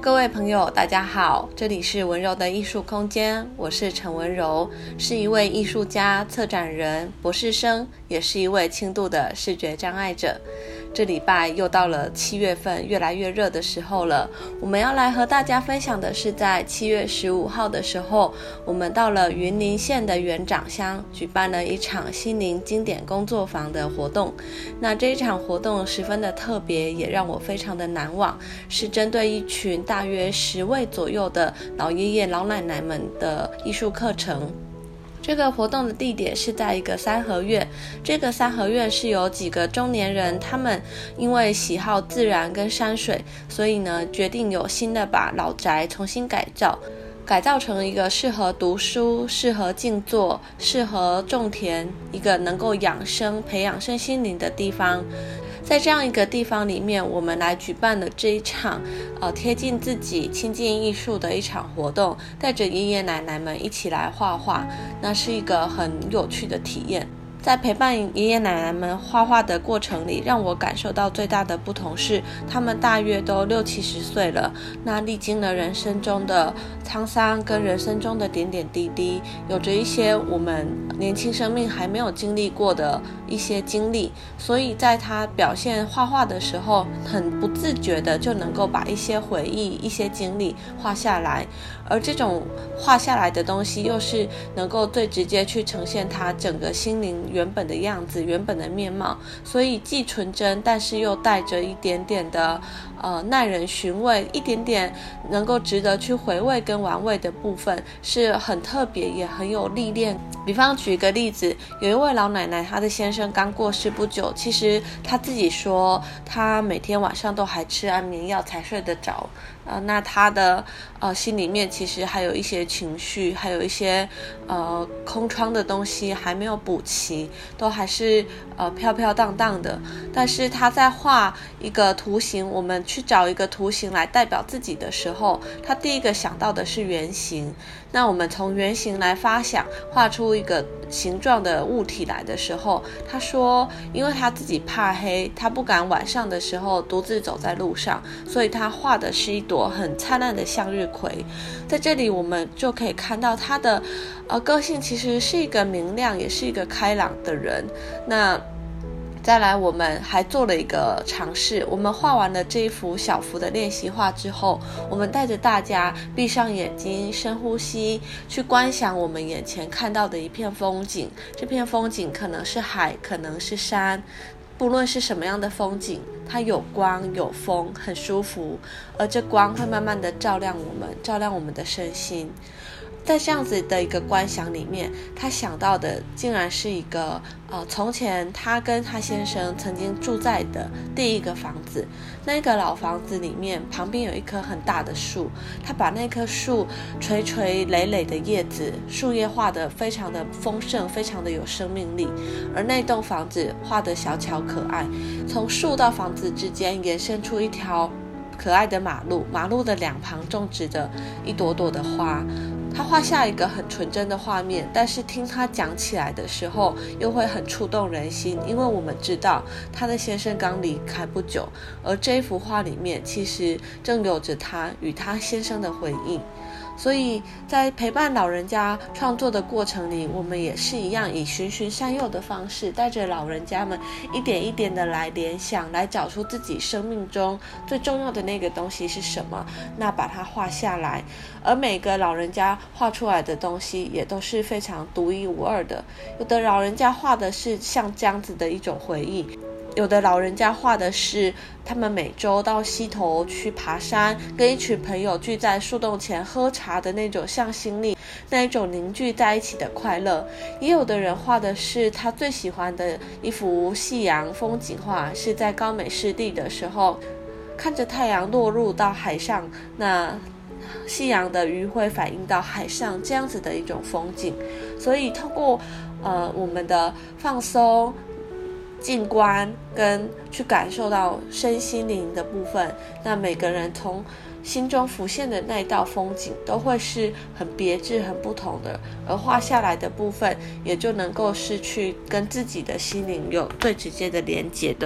各位朋友，大家好，这里是文柔的艺术空间，我是陈文柔，是一位艺术家、策展人、博士生，也是一位轻度的视觉障碍者。这礼拜又到了7月份，越来越热的时候了。我们要来和大家分享的是，在7月15号的时候，我们到了云林县的元长乡，举办了一场心灵经典工作坊的活动。那这一场活动十分的特别，也让我非常的难忘，是针对一群大约10位左右的老爷爷老奶奶们的艺术课程。这个活动的地点是在一个三合院，这个三合院是由几个中年人，他们因为喜好自然跟山水，所以呢决定有心的把老宅重新改造成一个适合读书、适合静坐、适合种田，一个能够养生、培养身心灵的地方。在这样一个地方里面，我们来举办了这一场贴近自己、亲近艺术的一场活动，带着爷爷奶奶们一起来画画，那是一个很有趣的体验。在陪伴爷爷奶奶们画画的过程里，让我感受到最大的不同是，他们大约都60-70岁了，那历经了人生中的沧桑跟人生中的点点滴滴，有着一些我们年轻生命还没有经历过的一些经历，所以在他表现画画的时候，很不自觉的就能够把一些回忆、一些经历画下来，而这种画下来的东西又是能够最直接去呈现他整个心灵原本的样子、原本的面貌，所以既纯真，但是又带着一点点的耐人寻味，一点点能够值得去回味跟玩味的部分，是很特别也很有历练。比方举一个例子，有一位老奶奶，她的先生刚过世不久，其实她自己说她每天晚上都还吃安眠药才睡得着，那她的心里面其实还有一些情绪，还有一些空窗的东西还没有补齐，都还是飘飘荡荡的。但是她在画一个图形，我们去找一个图形来代表自己的时候，她第一个想到的是圆形。那我们从圆形来发想，画出一个形状的物体来的时候，他说因为他自己怕黑，他不敢晚上的时候独自走在路上，所以他画的是一朵很灿烂的向日葵。在这里我们就可以看到他的个性其实是一个明亮，也是一个开朗的人。那再来，我们还做了一个尝试，我们画完了这一幅小幅的练习画之后，我们带着大家闭上眼睛，深呼吸，去观想我们眼前看到的一片风景。这片风景可能是海，可能是山，不论是什么样的风景，它有光有风，很舒服，而这光会慢慢的照亮我们的身心。在这样子的一个观想里面，他想到的竟然是一个从前他跟他先生曾经住在的第一个房子。那个老房子里面旁边有一棵很大的树，他把那棵树垂垂累累的叶子、树叶画得非常的丰盛，非常的有生命力，而那栋房子画得小巧可爱，从树到房子之间延伸出一条可爱的马路，马路的两旁种植着一朵朵的花。他画下一个很纯真的画面，但是听他讲起来的时候又会很触动人心，因为我们知道他的先生刚离开不久，而这一幅画里面其实正有着他与他先生的回忆。所以在陪伴老人家创作的过程里，我们也是一样，以循循善诱的方式，带着老人家们一点一点的来联想，来找出自己生命中最重要的那个东西是什么，那把它画下来。而每个老人家画出来的东西也都是非常独一无二的，有的老人家画的是像这样子的一种回忆，有的老人家画的是他们每周到溪头去爬山，跟一群朋友聚在树洞前喝茶的那种向心力，那一种凝聚在一起的快乐。也有的人画的是他最喜欢的一幅夕阳风景画，是在高美湿地的时候，看着太阳落入到海上，那夕阳的余晖反映到海上，这样子的一种风景。所以透过我们的放松、静观跟去感受到身心灵的部分，那每个人从心中浮现的那一道风景都会是很别致、很不同的，而画下来的部分也就能够是去跟自己的心灵有最直接的连结的。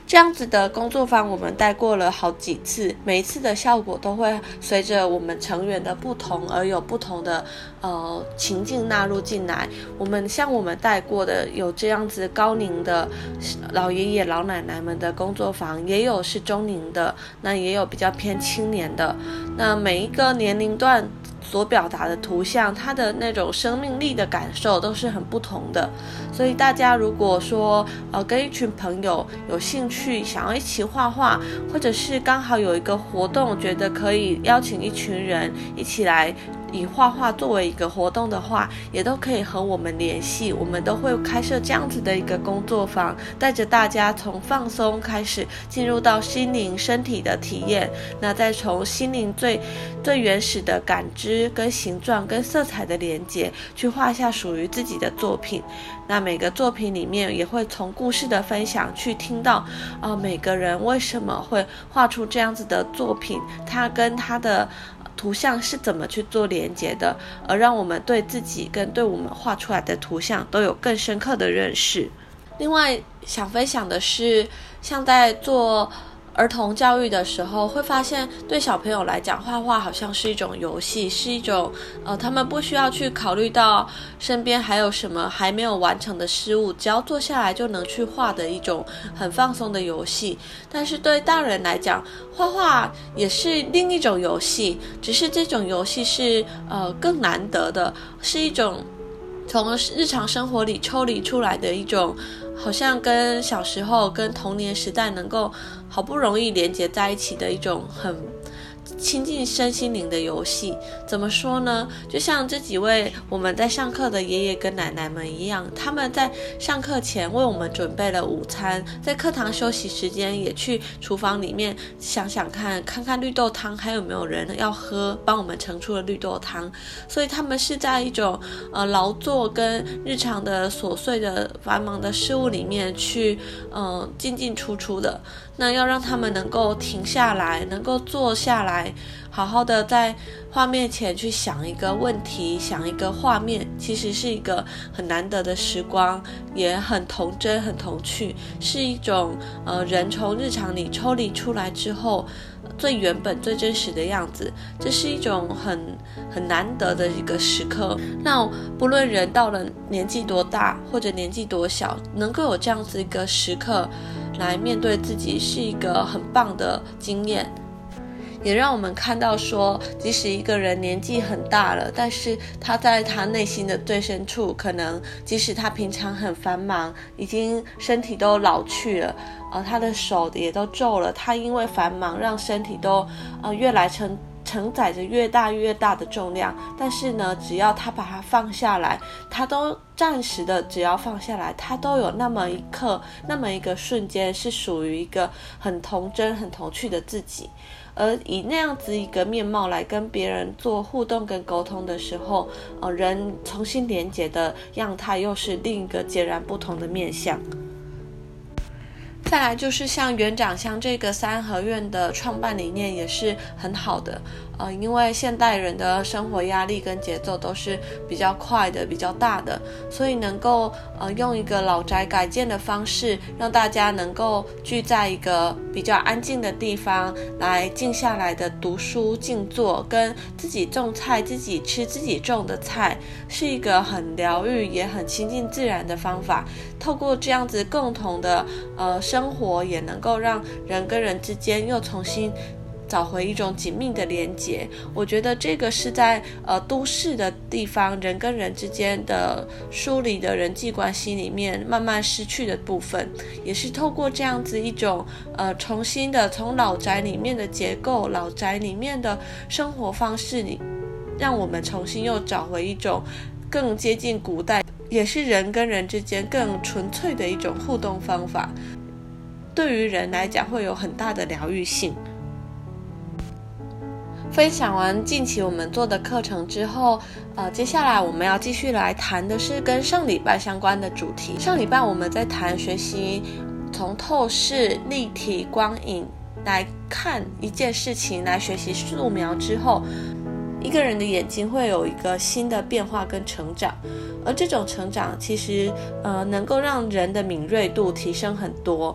这样子的工作坊我们带过了好几次，每一次的效果都会随着我们成员的不同而有不同的情境纳入进来。我们带过的有这样子高龄的老爷爷老奶奶们的工作坊，也有是中龄的，那也有比较偏青年的，那每一个年龄段所表达的图像，它的那种生命力的感受都是很不同的。所以大家如果说跟一群朋友有兴趣想要一起画画，或者是刚好有一个活动觉得可以邀请一群人一起来以画画作为一个活动的话，也都可以和我们联系，我们都会开设这样子的一个工作坊，带着大家从放松开始进入到心灵身体的体验，那再从心灵最原始的感知跟形状跟色彩的连结，去画下属于自己的作品。那每个作品里面也会从故事的分享去听到每个人为什么会画出这样子的作品，他跟他的图像是怎么去做连结的，而让我们对自己跟对我们画出来的图像都有更深刻的认识。另外想分享的是，像在做儿童教育的时候，会发现对小朋友来讲，画画好像是一种游戏，是一种他们不需要去考虑到身边还有什么还没有完成的事物，只要坐下来就能去画的一种很放松的游戏。但是对大人来讲，画画也是另一种游戏，只是这种游戏是更难得的，是一种从日常生活里抽离出来的一种，好像跟小时候跟童年时代能够好不容易连接在一起的一种很亲近身心灵的游戏。怎么说呢？就像这几位我们在上课的爷爷跟奶奶们一样，他们在上课前为我们准备了午餐，在课堂休息时间也去厨房里面想想看看绿豆汤还有没有人要喝，帮我们盛出了绿豆汤。所以他们是在一种劳作跟日常的琐碎的繁忙的事物里面去进进出出的。那要让他们能够停下来，能够坐下来，好好的在画面前去想一个问题，想一个画面，其实是一个很难得的时光，也很童真很童趣，是一种人从日常里抽离出来之后最原本最真实的样子。这是一种很难得的一个时刻。那不论人到了年纪多大或者年纪多小，能够有这样子一个时刻来面对自己，是一个很棒的经验。也让我们看到说，即使一个人年纪很大了，但是他在他内心的最深处，可能即使他平常很繁忙，已经身体都老去了，他的手也都皱了，他因为繁忙让身体都越来承载着越大越大的重量。但是呢，只要他把它放下来，他都暂时的只要放下来，他都有那么一刻那么一个瞬间是属于一个很童真很童趣的自己。而以那样子一个面貌来跟别人做互动跟沟通的时候，人重新连结的样态又是另一个截然不同的面向。再来就是像园长像这个三合院的创办理念也是很好的，因为现代人的生活压力跟节奏都是比较快的比较大的，所以能够用一个老宅改建的方式，让大家能够聚在一个比较安静的地方来静下来的读书静坐，跟自己种菜自己吃自己种的菜，是一个很疗愈也很亲近自然的方法。透过这样子共同的生活，也能够让人跟人之间又重新找回一种紧密的连结。我觉得这个是在都市的地方人跟人之间的疏离的人际关系里面慢慢失去的部分，也是透过这样子一种重新的从老宅里面的结构，老宅里面的生活方式里，让我们重新又找回一种更接近古代，也是人跟人之间更纯粹的一种互动方法，对于人来讲会有很大的疗愈性。分享完近期我们做的课程之后，接下来我们要继续来谈的是跟上礼拜相关的主题。上礼拜我们在谈学习从透视、立体、光影来看一件事情，来学习素描之后，一个人的眼睛会有一个新的变化跟成长，而这种成长其实能够让人的敏锐度提升很多。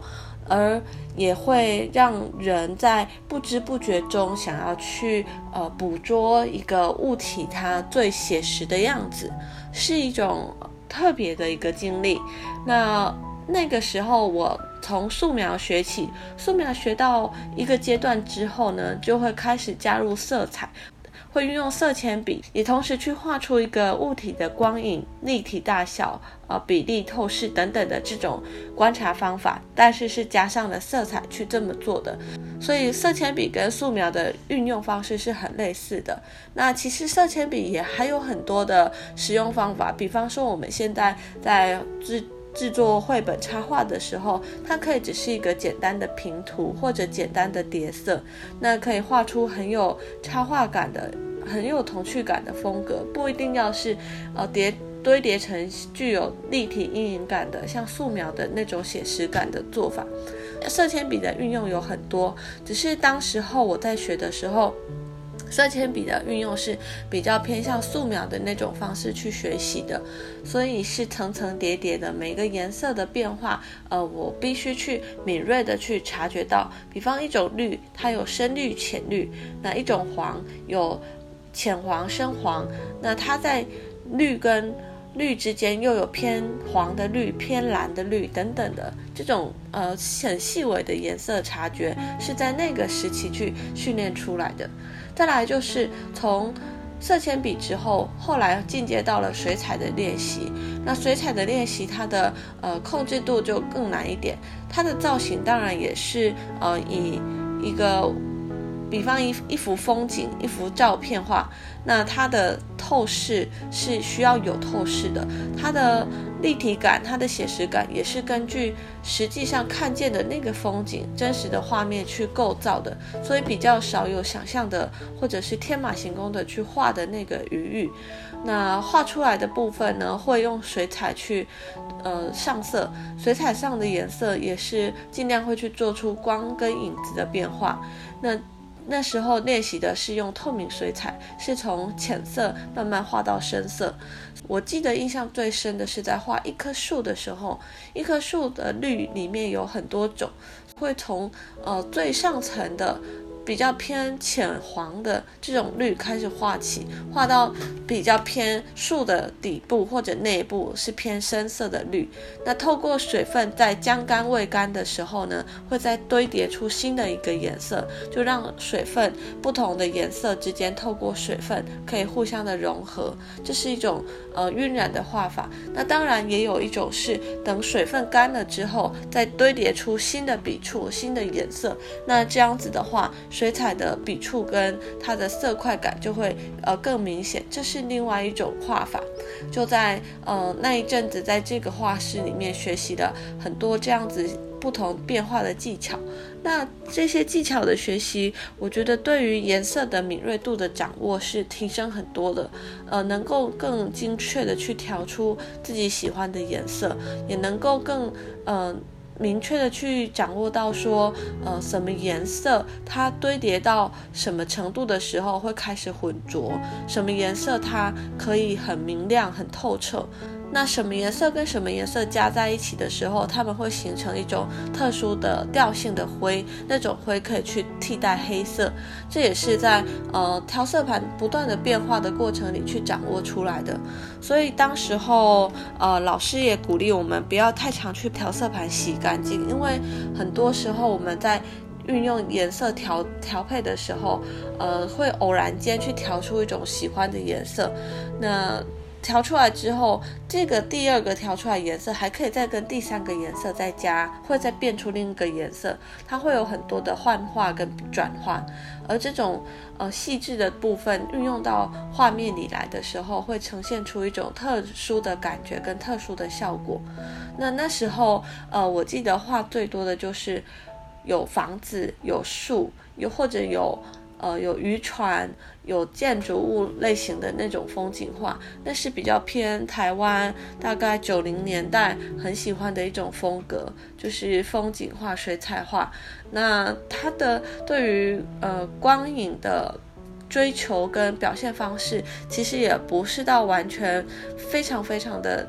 而也会让人在不知不觉中想要去捕捉一个物体它最写实的样子，是一种特别的一个经历。那个时候我从素描学起，素描学到一个阶段之后呢，就会开始加入色彩，会运用色铅笔，也同时去画出一个物体的光影、立体大小、比例、透视等等的这种观察方法，但是加上了色彩去这么做的。所以色铅笔跟素描的运用方式是很类似的。那其实色铅笔也还有很多的使用方法，比方说我们现在在制作绘本插画的时候，它可以只是一个简单的平涂或者简单的叠色，那可以画出很有插画感的、很有童趣感的风格，不一定要是堆叠成具有立体阴影感的，像素描的那种写实感的做法。色铅笔的运用有很多，只是当时候我在学的时候，色铅笔的运用是比较偏向素描的那种方式去学习的，所以是层层叠叠的，每个颜色的变化我必须去敏锐的去察觉到。比方一种绿，它有深绿、浅绿，那一种黄有浅黄、深黄，那它在绿跟绿之间又有偏黄的绿、偏蓝的绿等等的这种很细微的颜色察觉，是在那个时期去训练出来的。再来就是从色铅笔之后，后来进阶到了水彩的练习。那水彩的练习，它的控制度就更难一点，它的造型当然也是以一个比方一幅风景、一幅照片画，那它的透视是需要有透视的，它的立体感、它的写实感也是根据实际上看见的那个风景、真实的画面去构造的，所以比较少有想象的或者是天马行空的去画的那个余裕。那画出来的部分呢，会用水彩去上色，水彩上的颜色也是尽量会去做出光跟影子的变化。那时候练习的是用透明水彩，是从浅色慢慢画到深色。我记得印象最深的是在画一棵树的时候，一棵树的绿里面有很多种，会从最上层的比较偏浅黄的这种绿开始画起，画到比较偏树的底部或者内部是偏深色的绿。那透过水分在将干未干的时候呢，会再堆叠出新的一个颜色，就让水分不同的颜色之间透过水分可以互相的融合，这是一种晕染的画法。那当然也有一种是等水分干了之后再堆叠出新的笔触、新的颜色，那这样子的话，水彩的笔触跟它的色块感就会更明显，这是另外一种画法。就在那一阵子在这个画室里面学习了很多这样子不同变化的技巧。那这些技巧的学习，我觉得对于颜色的敏锐度的掌握是提升很多的，能够更精确的去调出自己喜欢的颜色，也能够更明确的去掌握到说什么颜色它堆叠到什么程度的时候会开始混浊，什么颜色它可以很明亮很透彻，那什么颜色跟什么颜色加在一起的时候，它们会形成一种特殊的调性的灰，那种灰可以去替代黑色，这也是在调色盘不断的变化的过程里去掌握出来的。所以当时候老师也鼓励我们不要太常去调色盘洗干净，因为很多时候我们在运用颜色调配的时候会偶然间去调出一种喜欢的颜色，那调出来之后，这个第二个调出来颜色还可以再跟第三个颜色再加，会再变出另一个颜色，它会有很多的幻化跟转换。而这种细致的部分运用到画面里来的时候，会呈现出一种特殊的感觉跟特殊的效果。那时候我记得画最多的就是有房子、有树，又或者有渔船、有建筑物类型的那种风景画，那是比较偏台湾大概90年代很喜欢的一种风格，就是风景画、水彩画。那它的对于光影的追求跟表现方式，其实也不是到完全非常非常的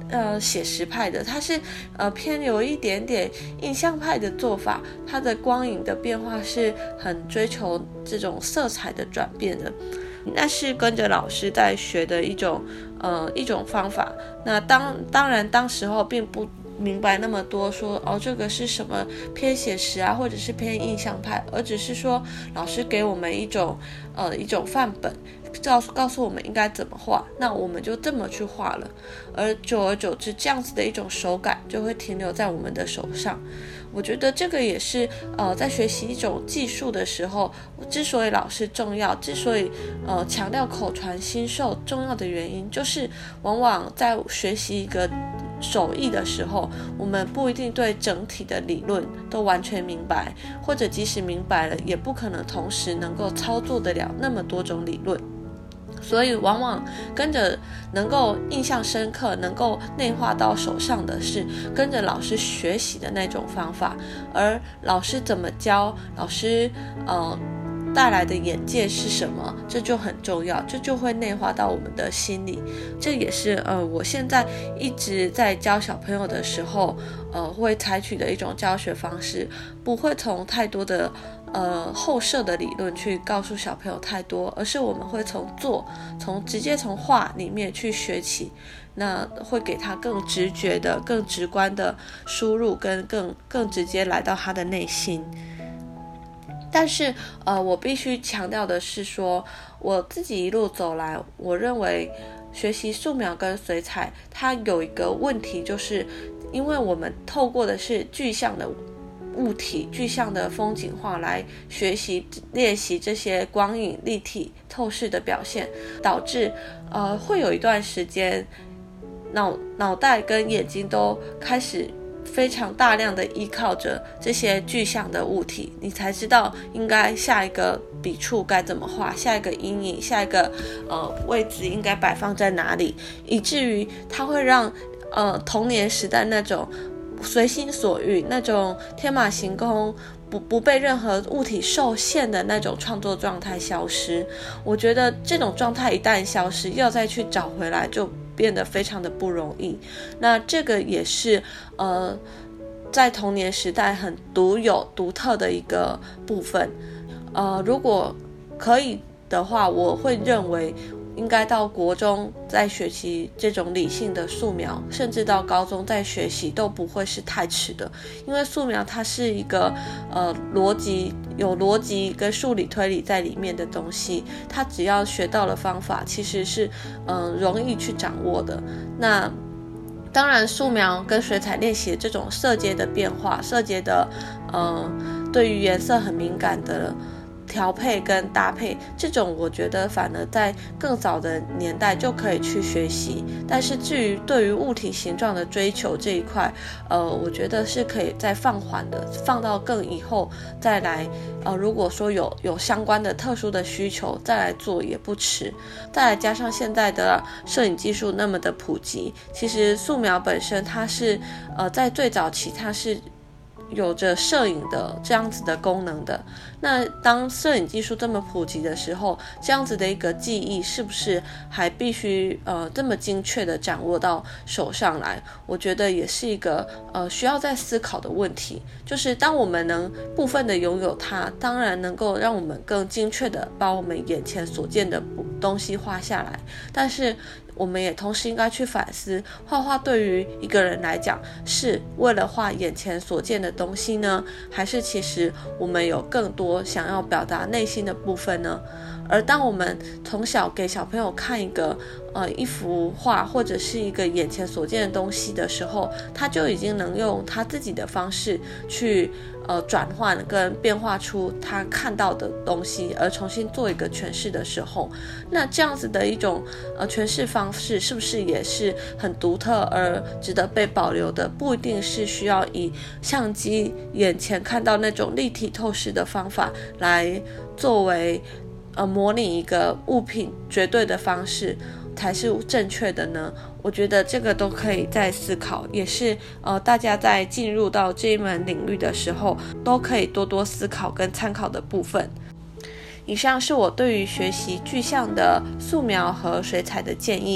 写实派的，它是偏有一点点印象派的做法，它的光影的变化是很追求这种色彩的转变的。那是跟着老师在学的一种方法。那当然当时候并不明白那么多说这个是什么偏写实啊，或者是偏印象派，而只是说老师给我们一种范本，告诉我们应该怎么画，那我们就这么去画了，而久而久之这样子的一种手感就会停留在我们的手上。我觉得这个也是在学习一种技术的时候，之所以老师重要，之所以强调口传心授重要的原因，就是往往在学习一个手艺的时候，我们不一定对整体的理论都完全明白，或者即使明白了，也不可能同时能够操作得了那么多种理论。所以往往跟着能够印象深刻，能够内化到手上的是跟着老师学习的那种方法，而老师怎么教，老师带来的眼界是什么，这就很重要，这就会内化到我们的心里。这也是我现在一直在教小朋友的时候会采取的一种教学方式，不会从太多的后设的理论去告诉小朋友太多，而是我们会直接从画里面去学起，那会给他更直觉的更直观的输入，跟更直接来到他的内心。但是我必须强调的是说，我自己一路走来，我认为学习素描跟水彩它有一个问题，就是因为我们透过的是具象的物体、具象的风景画来学习练习这些光影、立体、透视的表现，导致会有一段时间脑袋跟眼睛都开始非常大量的依靠着这些具象的物体，你才知道应该下一个笔触该怎么画，下一个阴影，下一个位置应该摆放在哪里，以至于它会让童年时代那种随心所欲，那种天马行空，不被任何物体受限的那种创作状态消失。我觉得这种状态一旦消失，要再去找回来就变得非常的不容易。那这个也是在童年时代很独特的一个部分。如果可以的话，我会认为应该到国中再学习这种理性的素描，甚至到高中再学习都不会是太迟的。因为素描它是一个有逻辑跟数理推理在里面的东西，它只要学到了方法，其实是容易去掌握的。那当然素描跟水彩练习这种色阶的变化，色阶的对于颜色很敏感的调配跟搭配，这种我觉得反而在更早的年代就可以去学习。但是至于对于物体形状的追求这一块，我觉得是可以再放缓的，放到更以后再来。如果说有相关的特殊的需求再来做也不迟。再来加上现在的摄影技术那么的普及，其实素描本身它是在最早期它是有着摄影的这样子的功能的。那当摄影技术这么普及的时候，这样子的一个技艺是不是还必须这么精确的掌握到手上来？我觉得也是一个需要再思考的问题。就是当我们能部分的拥有它，当然能够让我们更精确的把我们眼前所见的东西画下来，但是我们也同时应该去反思，画画对于一个人来讲是为了画眼前所见的东西呢，还是其实我们有更多想要表达内心的部分呢？而当我们从小给小朋友看一幅画或者是一个眼前所见的东西的时候，他就已经能用他自己的方式去转换跟变化出他看到的东西，而重新做一个诠释的时候，那这样子的一种诠释方式是不是也是很独特而值得被保留的？不一定是需要以相机眼前看到那种立体透视的方法来作为模拟一个物品绝对的方式才是正确的呢？我觉得这个都可以再思考，也是大家在进入到这一门领域的时候都可以多多思考跟参考的部分。以上是我对于学习具象的素描和水彩的建议。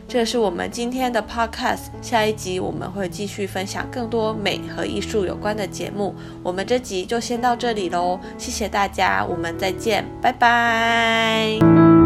这是我们今天的 podcast， 下一集我们会继续分享更多美和艺术有关的节目。我们这集就先到这里咯，谢谢大家，我们再见，拜拜。